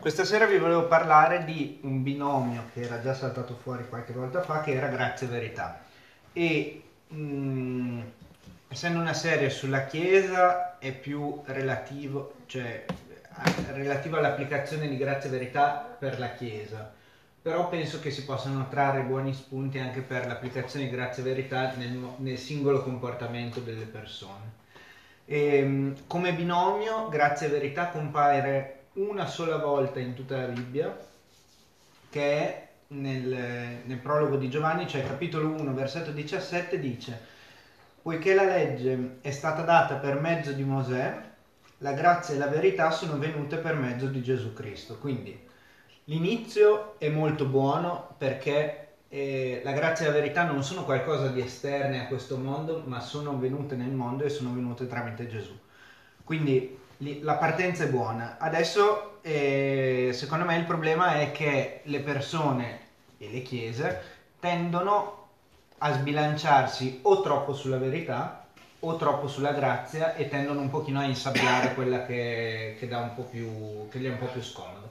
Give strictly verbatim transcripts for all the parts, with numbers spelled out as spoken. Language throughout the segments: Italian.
Questa sera vi volevo parlare di un binomio che era già saltato fuori qualche volta fa, che era grazia e verità. E mh, essendo una serie sulla Chiesa è più relativo, cioè relativo all'applicazione di grazia e verità per la Chiesa. Però penso che si possano trarre buoni spunti anche per l'applicazione di grazia e verità nel, nel singolo comportamento delle persone. E, come binomio, grazia e verità compare una sola volta in tutta la Bibbia, che è nel, nel prologo di Giovanni, cioè capitolo uno, versetto diciassette, dice: poiché la legge è stata data per mezzo di Mosè, la grazia e la verità sono venute per mezzo di Gesù Cristo. Quindi l'inizio è molto buono, perché eh, la grazia e la verità non sono qualcosa di esterne a questo mondo, ma sono venute nel mondo e sono venute tramite Gesù. Quindi la partenza è buona. Adesso eh, secondo me il problema è che le persone e le chiese tendono a sbilanciarsi o troppo sulla verità o troppo sulla grazia, e tendono un pochino a insabbiare quella che, che, dà un po' più, che gli è un po' più scomodo.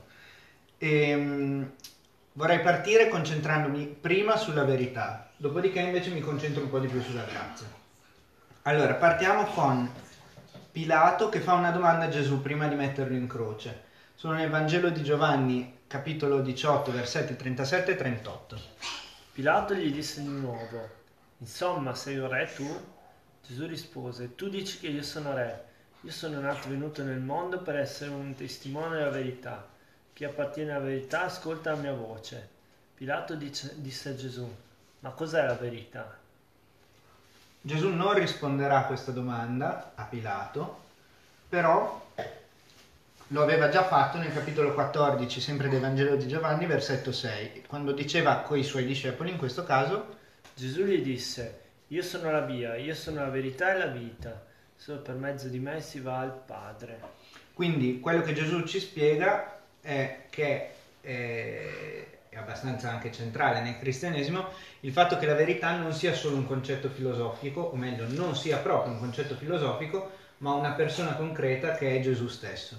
E, vorrei partire concentrandomi prima sulla verità, dopodiché invece mi concentro un po' di più sulla grazia. Allora, partiamo con Pilato che fa una domanda a Gesù prima di metterlo in croce. Sono nel Vangelo di Giovanni, capitolo diciotto, versetti trentasette e trentotto. Pilato gli disse di nuovo: insomma, sei un re tu? Gesù rispose: tu dici che io sono re. Io sono nato e venuto nel mondo per essere un testimone della verità. Chi appartiene alla verità ascolta la mia voce. Pilato dice, disse a Gesù: ma cos'è la verità? Gesù non risponderà a questa domanda a Pilato, però lo aveva già fatto nel capitolo quattordici, sempre del Vangelo di Giovanni, versetto sei, quando diceva coi suoi discepoli, in questo caso: Gesù gli disse: io sono la via, io sono la verità e la vita, solo per mezzo di me si va al Padre. Quindi quello che Gesù ci spiega è che eh, è abbastanza anche centrale nel cristianesimo il fatto che la verità non sia solo un concetto filosofico, o meglio, non sia proprio un concetto filosofico, ma una persona concreta che è Gesù stesso.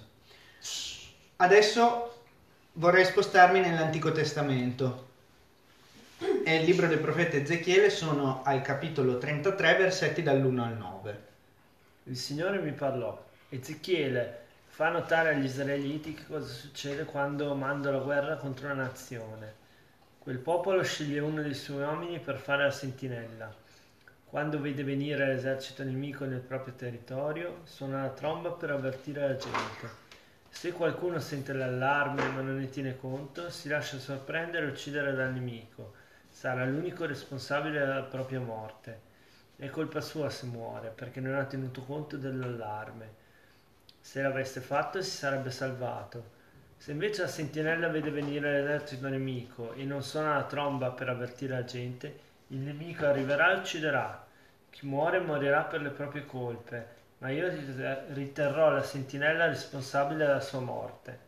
Adesso vorrei spostarmi nell'Antico Testamento. E il libro del profeta Ezechiele, sono al capitolo trentatré, versetti dall'uno al nove. Il Signore mi parlò: Ezechiele, fa notare agli israeliti che cosa succede quando mando la guerra contro una nazione. Quel popolo sceglie uno dei suoi uomini per fare la sentinella. Quando vede venire l'esercito nemico nel proprio territorio, suona la tromba per avvertire la gente. Se qualcuno sente l'allarme ma non ne tiene conto, si lascia sorprendere e uccidere dal nemico. Sarà l'unico responsabile della propria morte. È colpa sua se muore, perché non ha tenuto conto dell'allarme. Se l'avesse fatto si sarebbe salvato. Se invece la sentinella vede venire l'esercito nemico e non suona la tromba per avvertire la gente, il nemico arriverà e ucciderà. Chi muore morirà per le proprie colpe, ma io riterrò la sentinella responsabile della sua morte.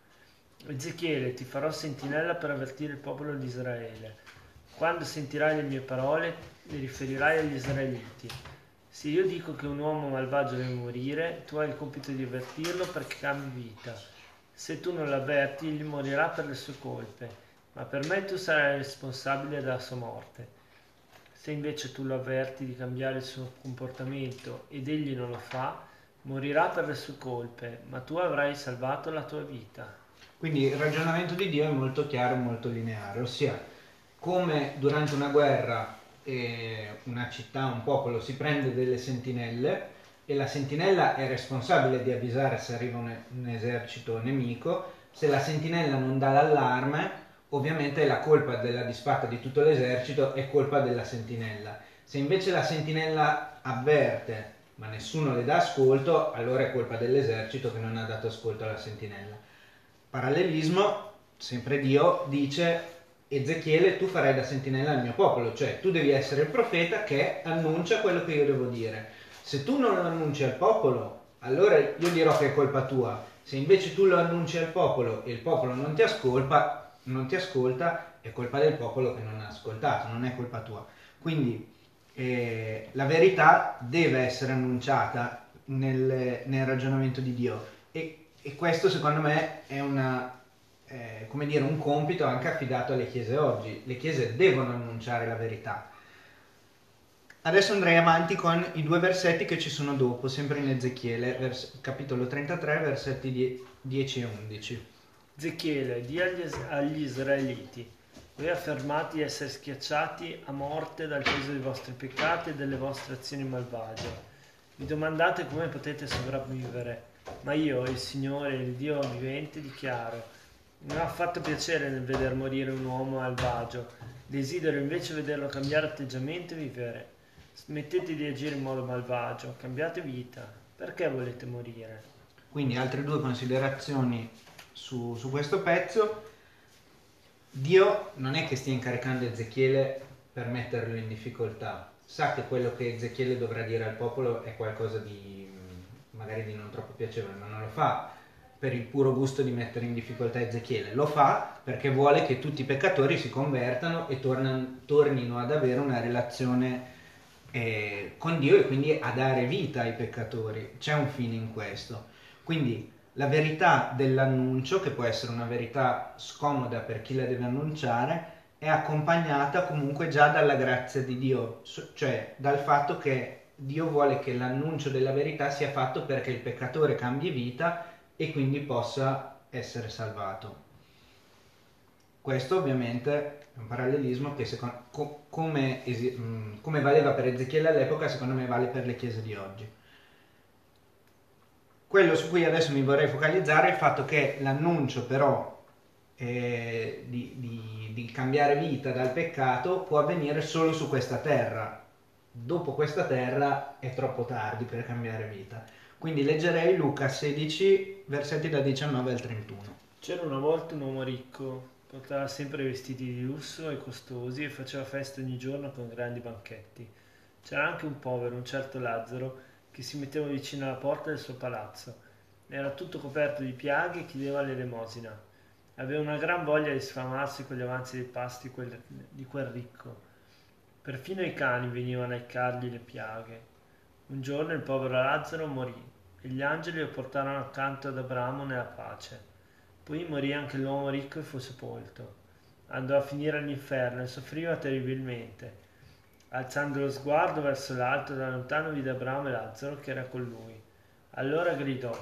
Ezechiele, ti farò sentinella per avvertire il popolo di Israele. Quando sentirai le mie parole, le riferirai agli israeliti. Se io dico che un uomo malvagio deve morire, tu hai il compito di avvertirlo perché cambi vita. Se tu non l'avverti, egli morirà per le sue colpe, ma per me tu sarai responsabile della sua morte. Se invece tu lo avverti di cambiare il suo comportamento ed egli non lo fa, morirà per le sue colpe, ma tu avrai salvato la tua vita. Quindi il ragionamento di Dio è molto chiaro e molto lineare, ossia come durante una guerra eh, una città, un popolo si prende delle sentinelle e la sentinella è responsabile di avvisare se arriva un, un esercito nemico. Se la sentinella non dà l'allarme, ovviamente la colpa della disfatta di tutto l'esercito è colpa della sentinella. Se invece la sentinella avverte ma nessuno le dà ascolto, allora è colpa dell'esercito che non ha dato ascolto alla sentinella. Parallelismo, sempre Dio dice: Ezechiele, tu farai da sentinella al mio popolo, cioè tu devi essere il profeta che annuncia quello che io devo dire. Se tu non lo annunci al popolo, allora io dirò che è colpa tua. Se invece tu lo annunci al popolo e il popolo non ti ascolta, non ti ascolta, è colpa del popolo che non ha ascoltato, non è colpa tua. Quindi eh, la verità deve essere annunciata nel, nel ragionamento di Dio, e, e questo secondo me è una eh, come dire, un compito anche affidato alle chiese oggi. Le chiese devono annunciare la verità. Adesso andrei avanti con i due versetti che ci sono dopo, sempre in Ezechiele, vers- capitolo trentatré, versetti die- dieci e undici. Ezechiele, di agli, agli israeliti: voi affermate di essere schiacciati a morte dal peso dei vostri peccati e delle vostre azioni malvagie. Vi domandate come potete sopravvivere, ma io, il Signore, il Dio vivente, dichiaro: mi ha fatto piacere nel veder morire un uomo malvagio, desidero invece vederlo cambiare atteggiamento e vivere. Smettete di agire in modo malvagio, cambiate vita. Perché volete morire? Quindi altre due considerazioni su, su questo pezzo. Dio non è che stia incaricando Ezechiele per metterlo in difficoltà, sa che quello che Ezechiele dovrà dire al popolo è qualcosa di magari di non troppo piacevole, ma non lo fa per il puro gusto di mettere in difficoltà Ezechiele, lo fa perché vuole che tutti i peccatori si convertano e tornano, tornino ad avere una relazione eh, con Dio e quindi a dare vita ai peccatori. C'è un fine in questo. Quindi la verità dell'annuncio, che può essere una verità scomoda per chi la deve annunciare, è accompagnata comunque già dalla grazia di Dio, cioè dal fatto che Dio vuole che l'annuncio della verità sia fatto perché il peccatore cambi vita e quindi possa essere salvato. Questo ovviamente è un parallelismo che secondo, co, come, mh, come valeva per Ezechiele all'epoca, secondo me vale per le chiese di oggi. Quello su cui adesso mi vorrei focalizzare è il fatto che l'annuncio però eh, di, di, di cambiare vita dal peccato può avvenire solo su questa terra. Dopo questa terra è troppo tardi per cambiare vita. Quindi leggerei Luca sedici, versetti da diciannove al trentuno. C'era una volta un uomo ricco, portava sempre vestiti di lusso e costosi e faceva feste ogni giorno con grandi banchetti. C'era anche un povero, un certo Lazzaro, che si metteva vicino alla porta del suo palazzo. Era tutto coperto di piaghe e chiedeva l'elemosina. Aveva una gran voglia di sfamarsi con gli avanzi dei pasti quel- di quel ricco. Perfino i cani venivano a leccargli le piaghe. Un giorno il povero Lazzaro morì e gli angeli lo portarono accanto ad Abramo nella pace. Poi morì anche l'uomo ricco e fu sepolto. Andò a finire all'inferno e soffriva terribilmente. Alzando lo sguardo verso l'alto, da lontano vide Abramo e Lazzaro che era con lui. Allora gridò: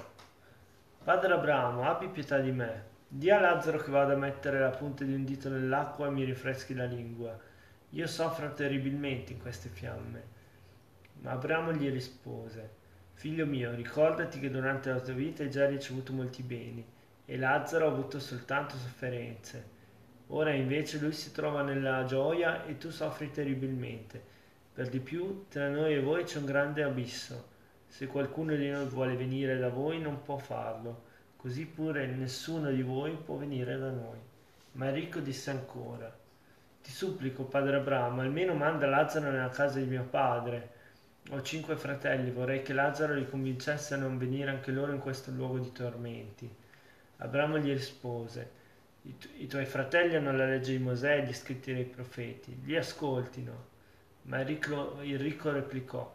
Padre Abramo, abbi pietà di me. Dì a Lazzaro che vada a mettere la punta di un dito nell'acqua e mi rinfreschi la lingua. Io soffro terribilmente in queste fiamme. Ma Abramo gli rispose: Figlio mio, ricordati che durante la tua vita hai già ricevuto molti beni e Lazzaro ha avuto soltanto sofferenze. Ora invece lui si trova nella gioia e tu soffri terribilmente. Per di più, tra noi e voi c'è un grande abisso. Se qualcuno di noi vuole venire da voi non può farlo, così pure nessuno di voi può venire da noi. Ma il ricco disse ancora: Ti supplico, padre Abramo, almeno manda Lazzaro nella casa di mio padre. Ho cinque fratelli, vorrei che Lazzaro li convincesse a non venire anche loro in questo luogo di tormenti. Abramo gli rispose: I, tu- i tuoi fratelli hanno la legge di Mosè e gli scritti dei profeti, li ascoltino. Ma il ricco, il ricco replicò: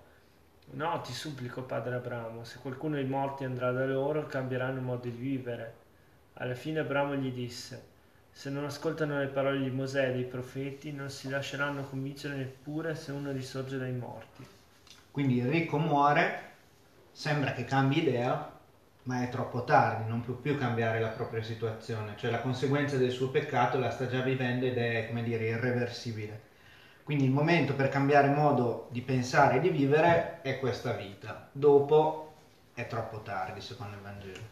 No, ti supplico, padre Abramo, se qualcuno dei morti andrà da loro, cambieranno modo di vivere. Alla fine Abramo gli disse: Se non ascoltano le parole di Mosè e dei profeti, non si lasceranno convincere neppure se uno risorge dai morti. Quindi il ricco muore, sembra che cambi idea, ma è troppo tardi, non può più cambiare la propria situazione, cioè la conseguenza del suo peccato la sta già vivendo ed è, come dire, irreversibile. Quindi il momento per cambiare modo di pensare e di vivere è questa vita, dopo è troppo tardi, secondo il Vangelo.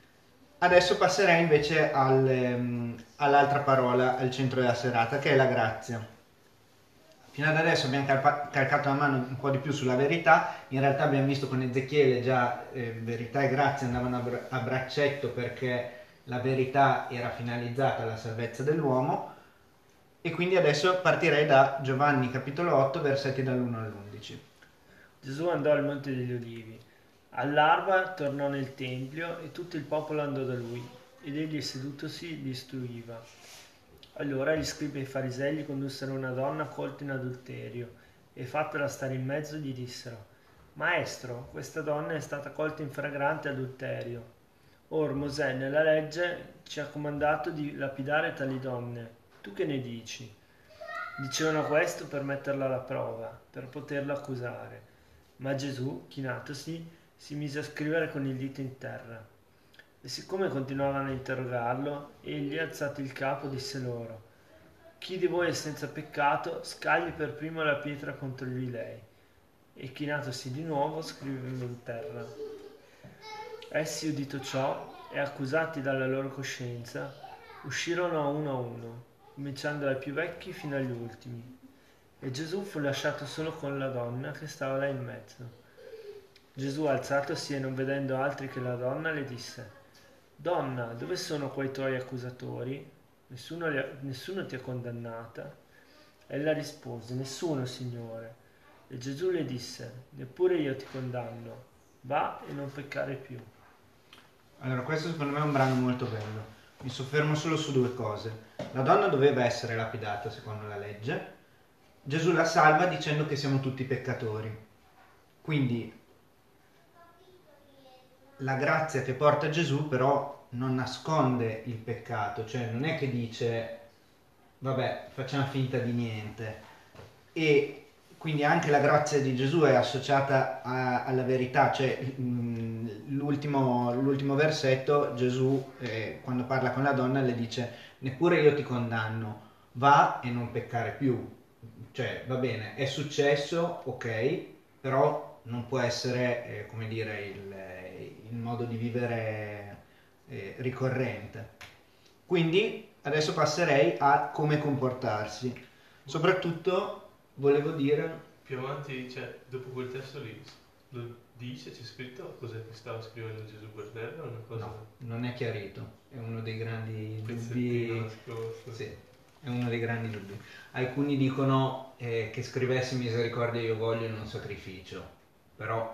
Adesso passerei invece al, ehm, all'altra parola al centro della serata, che è la grazia. Fino ad adesso abbiamo calpa- caricato la mano un po' di più sulla verità, in realtà abbiamo visto con Ezechiele già eh, verità e grazia andavano a, br- a braccetto perché la verità era finalizzata alla salvezza dell'uomo, e quindi adesso partirei da Giovanni capitolo otto, versetti dall'uno all'undici. Gesù andò al Monte degli Ulivi. All'alba tornò nel Tempio e tutto il popolo andò da lui, ed egli sedutosi li istruiva. Allora gli scribi e i farisei gli condussero una donna colta in adulterio e fatela stare in mezzo gli dissero: Maestro, questa donna è stata colta in fragrante adulterio. Or Mosè nella legge ci ha comandato di lapidare tali donne. Tu che ne dici? Dicevano questo per metterla alla prova, per poterla accusare. Ma Gesù, chinatosi, si mise a scrivere con il dito in terra. E siccome continuavano a interrogarlo, egli, alzato il capo, disse loro: Chi di voi è senza peccato, scagli per primo la pietra contro di lei. E chinatosi di nuovo, scriveva in terra. Essi, udito ciò, e accusati dalla loro coscienza, uscirono a uno a uno, cominciando dai più vecchi fino agli ultimi. E Gesù fu lasciato solo con la donna che stava là in mezzo. Gesù, alzatosi e non vedendo altri che la donna, le disse: Donna, dove sono quei tuoi accusatori? Nessuno, li ha- nessuno ti ha condannata? Ella rispose: Nessuno, Signore. E Gesù le disse: Neppure io ti condanno. Va e non peccare più. Allora, questo secondo me è un brano molto bello. Mi soffermo solo su due cose. La donna doveva essere lapidata secondo la legge. Gesù la salva dicendo che siamo tutti peccatori. Quindi la grazia che porta Gesù però non nasconde il peccato, cioè non è che dice vabbè, facciamo finta di niente. E quindi anche la grazia di Gesù è associata a- alla verità, cioè mh, l'ultimo, l'ultimo versetto Gesù eh, quando parla con la donna le dice neppure io ti condanno, va e non peccare più. Cioè va bene, è successo, ok, però non può essere eh, come dire il, il modo di vivere eh, ricorrente. Quindi adesso passerei a come comportarsi. Soprattutto volevo dire, Più avanti, cioè, dopo quel testo lì, lo dice, c'è scritto cos'è che stava scrivendo Gesù per terra? Una cosa... no, non è chiarito, è uno dei grandi pezzettino dubbi. nascosto. Sì, è uno dei grandi dubbi. Alcuni dicono eh, che scrivessi misericordia io voglio in un sacrificio, però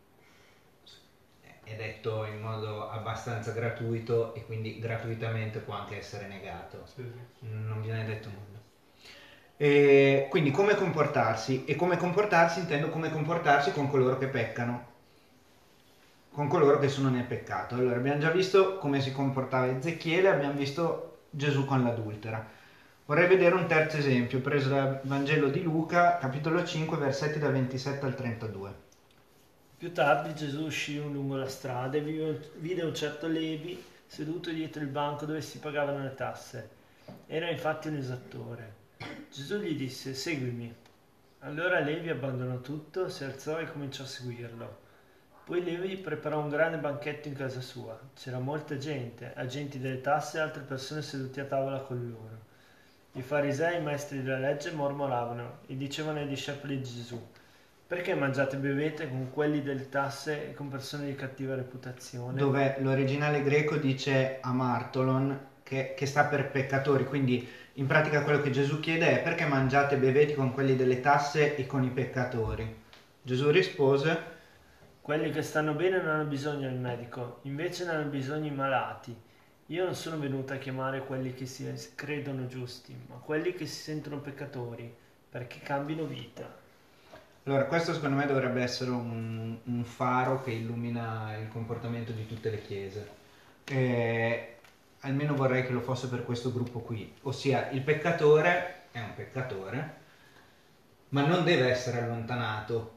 è detto in modo abbastanza gratuito e quindi gratuitamente può anche essere negato. Sì, sì. Non viene detto nulla. E quindi come comportarsi? E come comportarsi intendo come comportarsi con coloro che peccano, con coloro che sono nel peccato. Allora abbiamo già visto come si comportava Ezechiele, abbiamo visto Gesù con l'adultera. Vorrei vedere un terzo esempio preso dal Vangelo di Luca, capitolo cinque, versetti da ventisette al trentadue. Più tardi Gesù uscì lungo la strada e vide vide un certo Levi seduto dietro il banco dove si pagavano le tasse. Era infatti un esattore. Gesù gli disse: Seguimi. Allora Levi abbandonò tutto, si alzò e cominciò a seguirlo. Poi Levi preparò un grande banchetto in casa sua. C'era molta gente, agenti delle tasse e altre persone seduti a tavola con loro. I farisei e i maestri della legge mormoravano e dicevano ai discepoli di Gesù: Perché mangiate e bevete con quelli delle tasse e con persone di cattiva reputazione? Dove l'originale greco dice amartolon, che, che sta per peccatori, quindi in pratica quello che Gesù chiede è perché mangiate e bevete con quelli delle tasse e con i peccatori. Gesù rispose: Quelli che stanno bene non hanno bisogno del medico, invece ne hanno bisogno i malati. Io non sono venuto a chiamare quelli che si credono giusti, ma quelli che si sentono peccatori, perché cambino vita. allora questo secondo me dovrebbe essere un, un faro che illumina il comportamento di tutte le chiese. E almeno vorrei che lo fosse per questo gruppo qui, ossia il peccatore è un peccatore, ma non deve essere allontanato.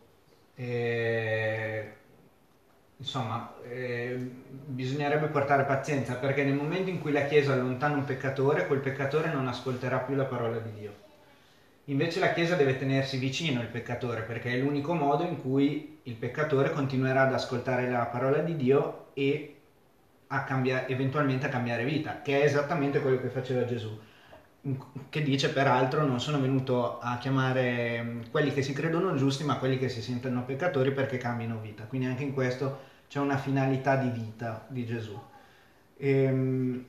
E, insomma, eh, bisognerebbe portare pazienza perché nel momento in cui la Chiesa allontana un peccatore, quel peccatore non ascolterà più la parola di Dio. Invece la Chiesa deve tenersi vicino al peccatore perché è l'unico modo in cui il peccatore continuerà ad ascoltare la parola di Dio e a cambiare, eventualmente a cambiare vita, che è esattamente quello che faceva Gesù, che dice peraltro non sono venuto a chiamare quelli che si credono giusti ma quelli che si sentono peccatori perché cambino vita. Quindi anche in questo c'è una finalità di vita di Gesù. Ehm,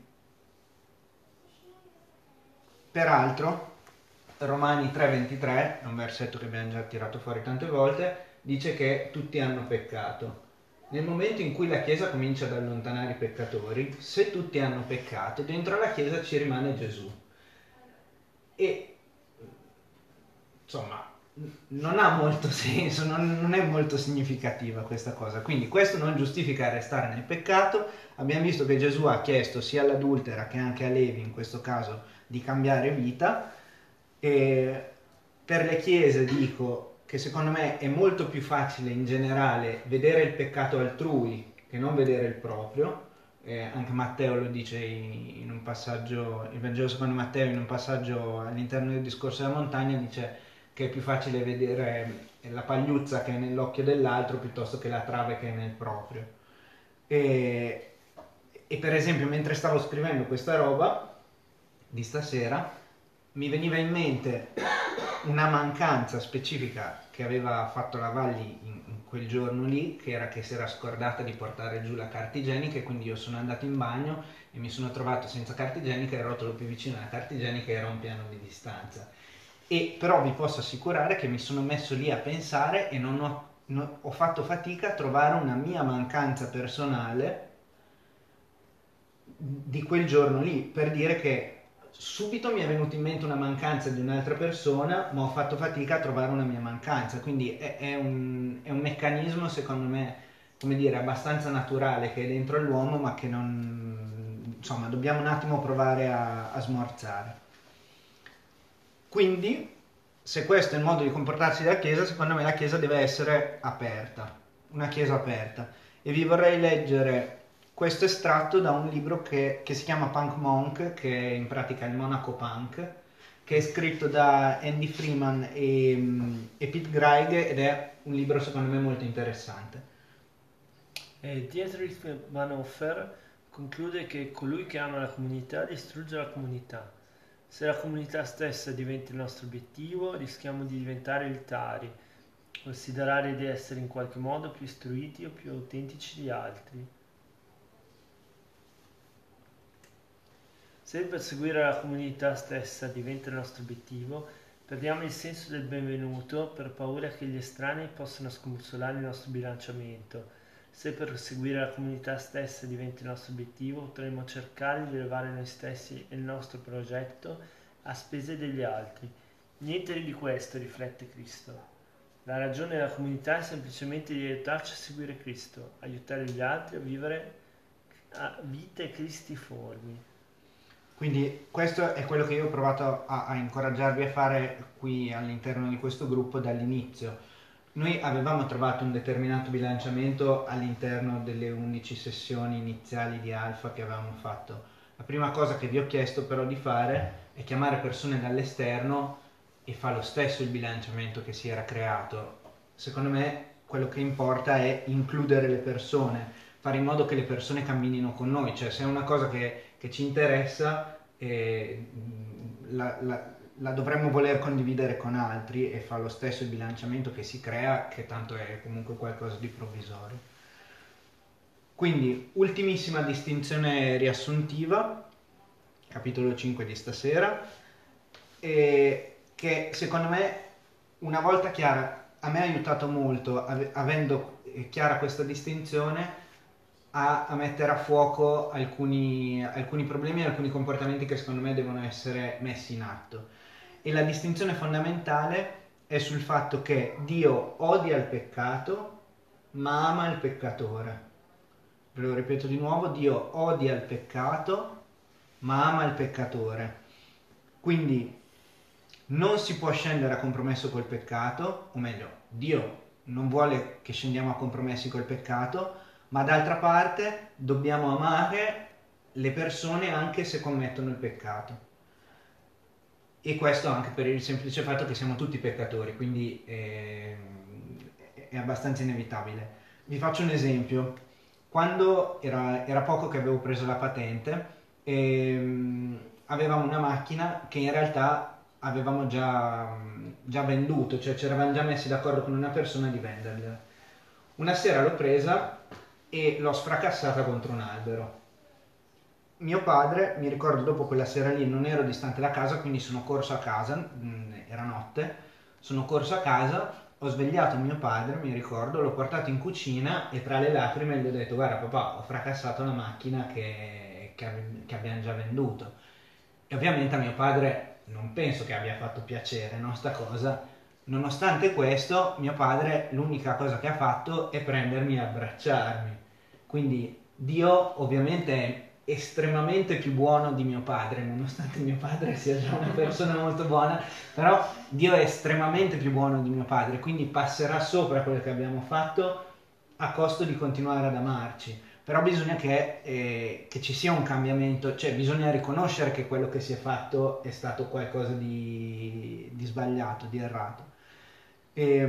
peraltro Romani tre ventitré, è un versetto che abbiamo già tirato fuori tante volte, dice che tutti hanno peccato. Nel momento in cui la Chiesa comincia ad allontanare i peccatori, se tutti hanno peccato, dentro la Chiesa ci rimane Gesù. E insomma, non ha molto senso, non, non è molto significativa questa cosa. Quindi questo non giustifica restare nel peccato. Abbiamo visto che Gesù ha chiesto sia all'adultera che anche a Levi, in questo caso, di cambiare vita. E per le chiese dico che secondo me è molto più facile in generale vedere il peccato altrui che non vedere il proprio. Eh, anche Matteo lo dice in un passaggio, il Vangelo secondo Matteo, in un passaggio all'interno del discorso della montagna, dice che è più facile vedere la pagliuzza che è nell'occhio dell'altro piuttosto che la trave che è nel proprio. E, e per esempio, mentre stavo scrivendo questa roba di stasera, mi veniva in mente una mancanza specifica che aveva fatto la Valli in, in quel giorno lì, che era che si era scordata di portare giù la carta igienica, e quindi io sono andato in bagno e mi sono trovato senza carta igienica, e il rotolo più vicino alla carta igienica era un piano di distanza. E però vi posso assicurare che mi sono messo lì a pensare e non ho, non, ho fatto fatica a trovare una mia mancanza personale di quel giorno lì, per dire che subito mi è venuta in mente una mancanza di un'altra persona, ma ho fatto fatica a trovare una mia mancanza. Quindi è, è, un, è un meccanismo, secondo me, come dire, abbastanza naturale, che è dentro all'uomo, ma che non, insomma, dobbiamo un attimo provare a, a smorzare. Quindi, se questo è il modo di comportarsi della Chiesa, secondo me la Chiesa deve essere aperta, una Chiesa aperta. E vi vorrei leggere questo estratto da un libro che, che si chiama Punk Monk, che è in pratica il monaco punk, che è scritto da Andy Freeman e, e Pete Greig, ed è un libro secondo me molto interessante. E Dietrich Bonhoeffer conclude che colui che ama la comunità distrugge la comunità. Se la comunità stessa diventa il nostro obiettivo, rischiamo di diventare elitari, considerare di essere in qualche modo più istruiti o più autentici di altri. Se il perseguire la comunità stessa diventa il nostro obiettivo, perdiamo il senso del benvenuto per paura che gli estranei possano scombussolare il nostro bilanciamento. Se perseguire la comunità stessa diventa il nostro obiettivo, potremo cercare di elevare noi stessi e il nostro progetto a spese degli altri. Niente di questo riflette Cristo. La ragione della comunità è semplicemente di aiutarci a seguire Cristo, aiutare gli altri a vivere a vite cristiformi. Quindi questo è quello che io ho provato a, a incoraggiarvi a fare qui all'interno di questo gruppo dall'inizio. Noi avevamo trovato un determinato bilanciamento all'interno delle undici sessioni iniziali di Alfa che avevamo fatto. La prima cosa che vi ho chiesto però di fare è chiamare persone dall'esterno e fa lo stesso il bilanciamento che si era creato. Secondo me quello che importa è includere le persone, fare in modo che le persone camminino con noi, cioè se è una cosa che, che ci interessa eh, la, la, la dovremmo voler condividere con altri, e fa lo stesso il bilanciamento che si crea, che tanto è comunque qualcosa di provvisorio. Quindi ultimissima distinzione riassuntiva, capitolo cinque di stasera, e che secondo me una volta chiara, a me ha aiutato molto, avendo chiara questa distinzione, A, a mettere a fuoco alcuni, alcuni problemi e alcuni comportamenti che secondo me devono essere messi in atto. E la distinzione fondamentale è sul fatto che Dio odia il peccato ma ama il peccatore. Ve lo ripeto di nuovo: Dio odia il peccato ma ama il peccatore. Quindi non si può scendere a compromesso col peccato, o meglio, Dio non vuole che scendiamo a compromessi col peccato, ma d'altra parte dobbiamo amare le persone anche se commettono il peccato. E questo anche per il semplice fatto che siamo tutti peccatori, quindi è, è abbastanza inevitabile. Vi faccio un esempio. Quando era, era poco che avevo preso la patente, e, avevamo una macchina che in realtà avevamo già, già venduto, cioè ci eravamo già messi d'accordo con una persona di venderla. Una sera l'ho presa e l'ho sfracassata contro un albero. Mio padre, mi ricordo, dopo quella sera lì non ero distante da casa, quindi sono corso a casa, mh, era notte, sono corso a casa, ho svegliato mio padre, mi ricordo, l'ho portato in cucina e tra le lacrime gli ho detto: guarda papà, ho fracassato la macchina che, che, che abbiamo già venduto. E ovviamente a mio padre non penso che abbia fatto piacere, no, sta cosa, nonostante questo, mio padre l'unica cosa che ha fatto è prendermi e abbracciarmi. Quindi Dio ovviamente è estremamente più buono di mio padre, nonostante mio padre sia già una persona molto buona, però Dio è estremamente più buono di mio padre, quindi passerà sopra quello che abbiamo fatto a costo di continuare ad amarci. Però bisogna che, eh, che ci sia un cambiamento, cioè bisogna riconoscere che quello che si è fatto è stato qualcosa di, di sbagliato, di errato. E,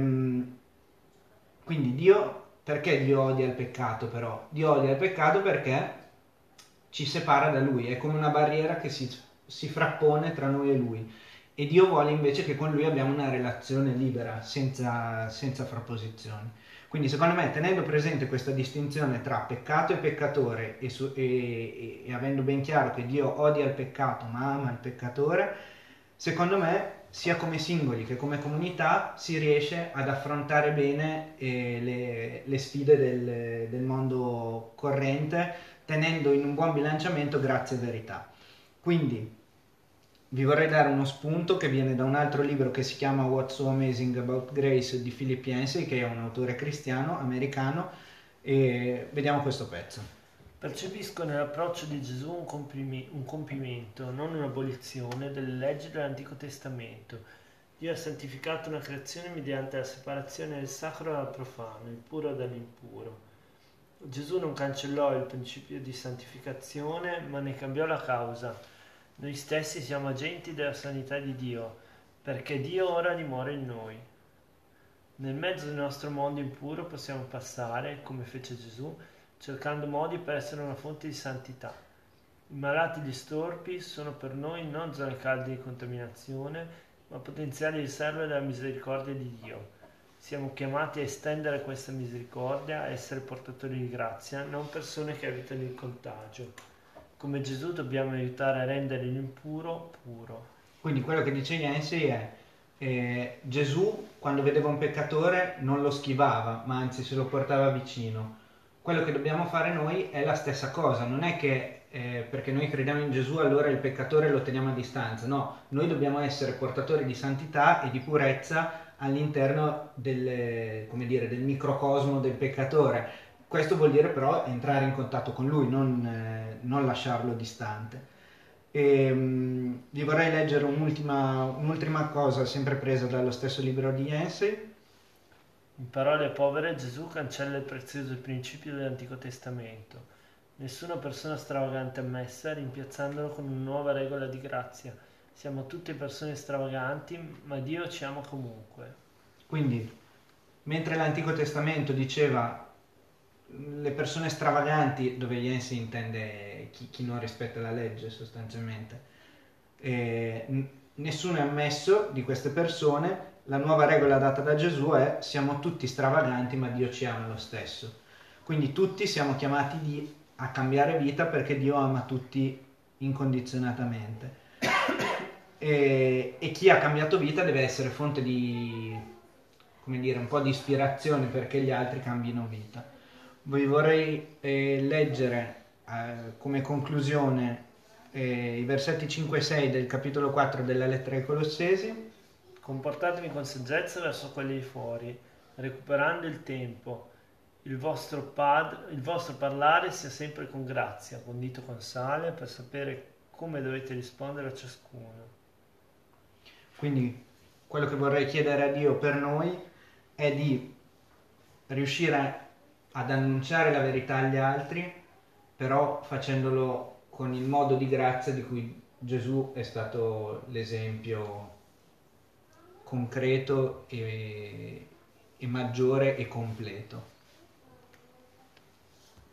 quindi Dio, perché Dio odia il peccato però? Dio odia il peccato perché ci separa da Lui, è come una barriera che si, si frappone tra noi e Lui. E Dio vuole invece che con Lui abbiamo una relazione libera, senza, senza frapposizioni. Quindi secondo me, tenendo presente questa distinzione tra peccato e peccatore e, su, e, e, e avendo ben chiaro che Dio odia il peccato ma ama il peccatore, secondo me sia come singoli che come comunità si riesce ad affrontare bene eh, le, le sfide del, del mondo corrente, tenendo in un buon bilanciamento grazia e verità. Quindi vi vorrei dare uno spunto che viene da un altro libro che si chiama What's So Amazing About Grace di Philip Yancey, che è un autore cristiano americano, e vediamo questo pezzo. Percepisco nell'approccio di Gesù un, comprimi- un compimento, non un'abolizione, delle leggi dell'Antico Testamento. Dio ha santificato una creazione mediante la separazione del sacro dal profano, il puro dall'impuro. Gesù non cancellò il principio di santificazione, ma ne cambiò la causa. Noi stessi siamo agenti della sanità di Dio, perché Dio ora dimora in noi. Nel mezzo del nostro mondo impuro possiamo passare, come fece Gesù, cercando modi per essere una fonte di santità. I malati di storpi sono per noi non zone calde di contaminazione, ma potenziali riserve della misericordia di Dio. Siamo chiamati a estendere questa misericordia, a essere portatori di grazia, non persone che evitano il contagio. Come Gesù dobbiamo aiutare a rendere l'impuro puro. Quindi quello che dice Yancey è eh, Gesù quando vedeva un peccatore non lo schivava, ma anzi se lo portava vicino. Quello che dobbiamo fare noi è la stessa cosa, non è che eh, perché noi crediamo in Gesù allora il peccatore lo teniamo a distanza, no, noi dobbiamo essere portatori di santità e di purezza all'interno del, come dire, del microcosmo del peccatore. Questo vuol dire però entrare in contatto con lui, non, eh, non lasciarlo distante. E, mh, vi vorrei leggere un'ultima, un'ultima cosa, sempre presa dallo stesso libro di Yancey. In parole povere, Gesù cancella il prezioso principio dell'Antico Testamento. Nessuna persona stravagante ammessa, rimpiazzandolo con una nuova regola di grazia. Siamo tutte persone stravaganti, ma Dio ci ama comunque. Quindi, mentre l'Antico Testamento diceva le persone stravaganti, dove Yancey intende chi, chi non rispetta la legge sostanzialmente, e n- nessuno è ammesso di queste persone. La nuova regola data da Gesù è siamo tutti stravaganti ma Dio ci ama lo stesso. Quindi tutti siamo chiamati di, a cambiare vita perché Dio ama tutti incondizionatamente. E, e chi ha cambiato vita deve essere fonte di, come dire, un po' di ispirazione perché gli altri cambino vita. Vi vorrei eh, leggere eh, come conclusione eh, i versetti cinque e sei del capitolo quattro della lettera ai Colossesi. Comportatevi con saggezza verso quelli di fuori, recuperando il tempo. Il vostro, pad- il vostro parlare sia sempre con grazia, condito con sale, per sapere come dovete rispondere a ciascuno. Quindi quello che vorrei chiedere a Dio per noi è di riuscire ad annunciare la verità agli altri, però facendolo con il modo di grazia di cui Gesù è stato l'esempio concreto e, e maggiore e completo.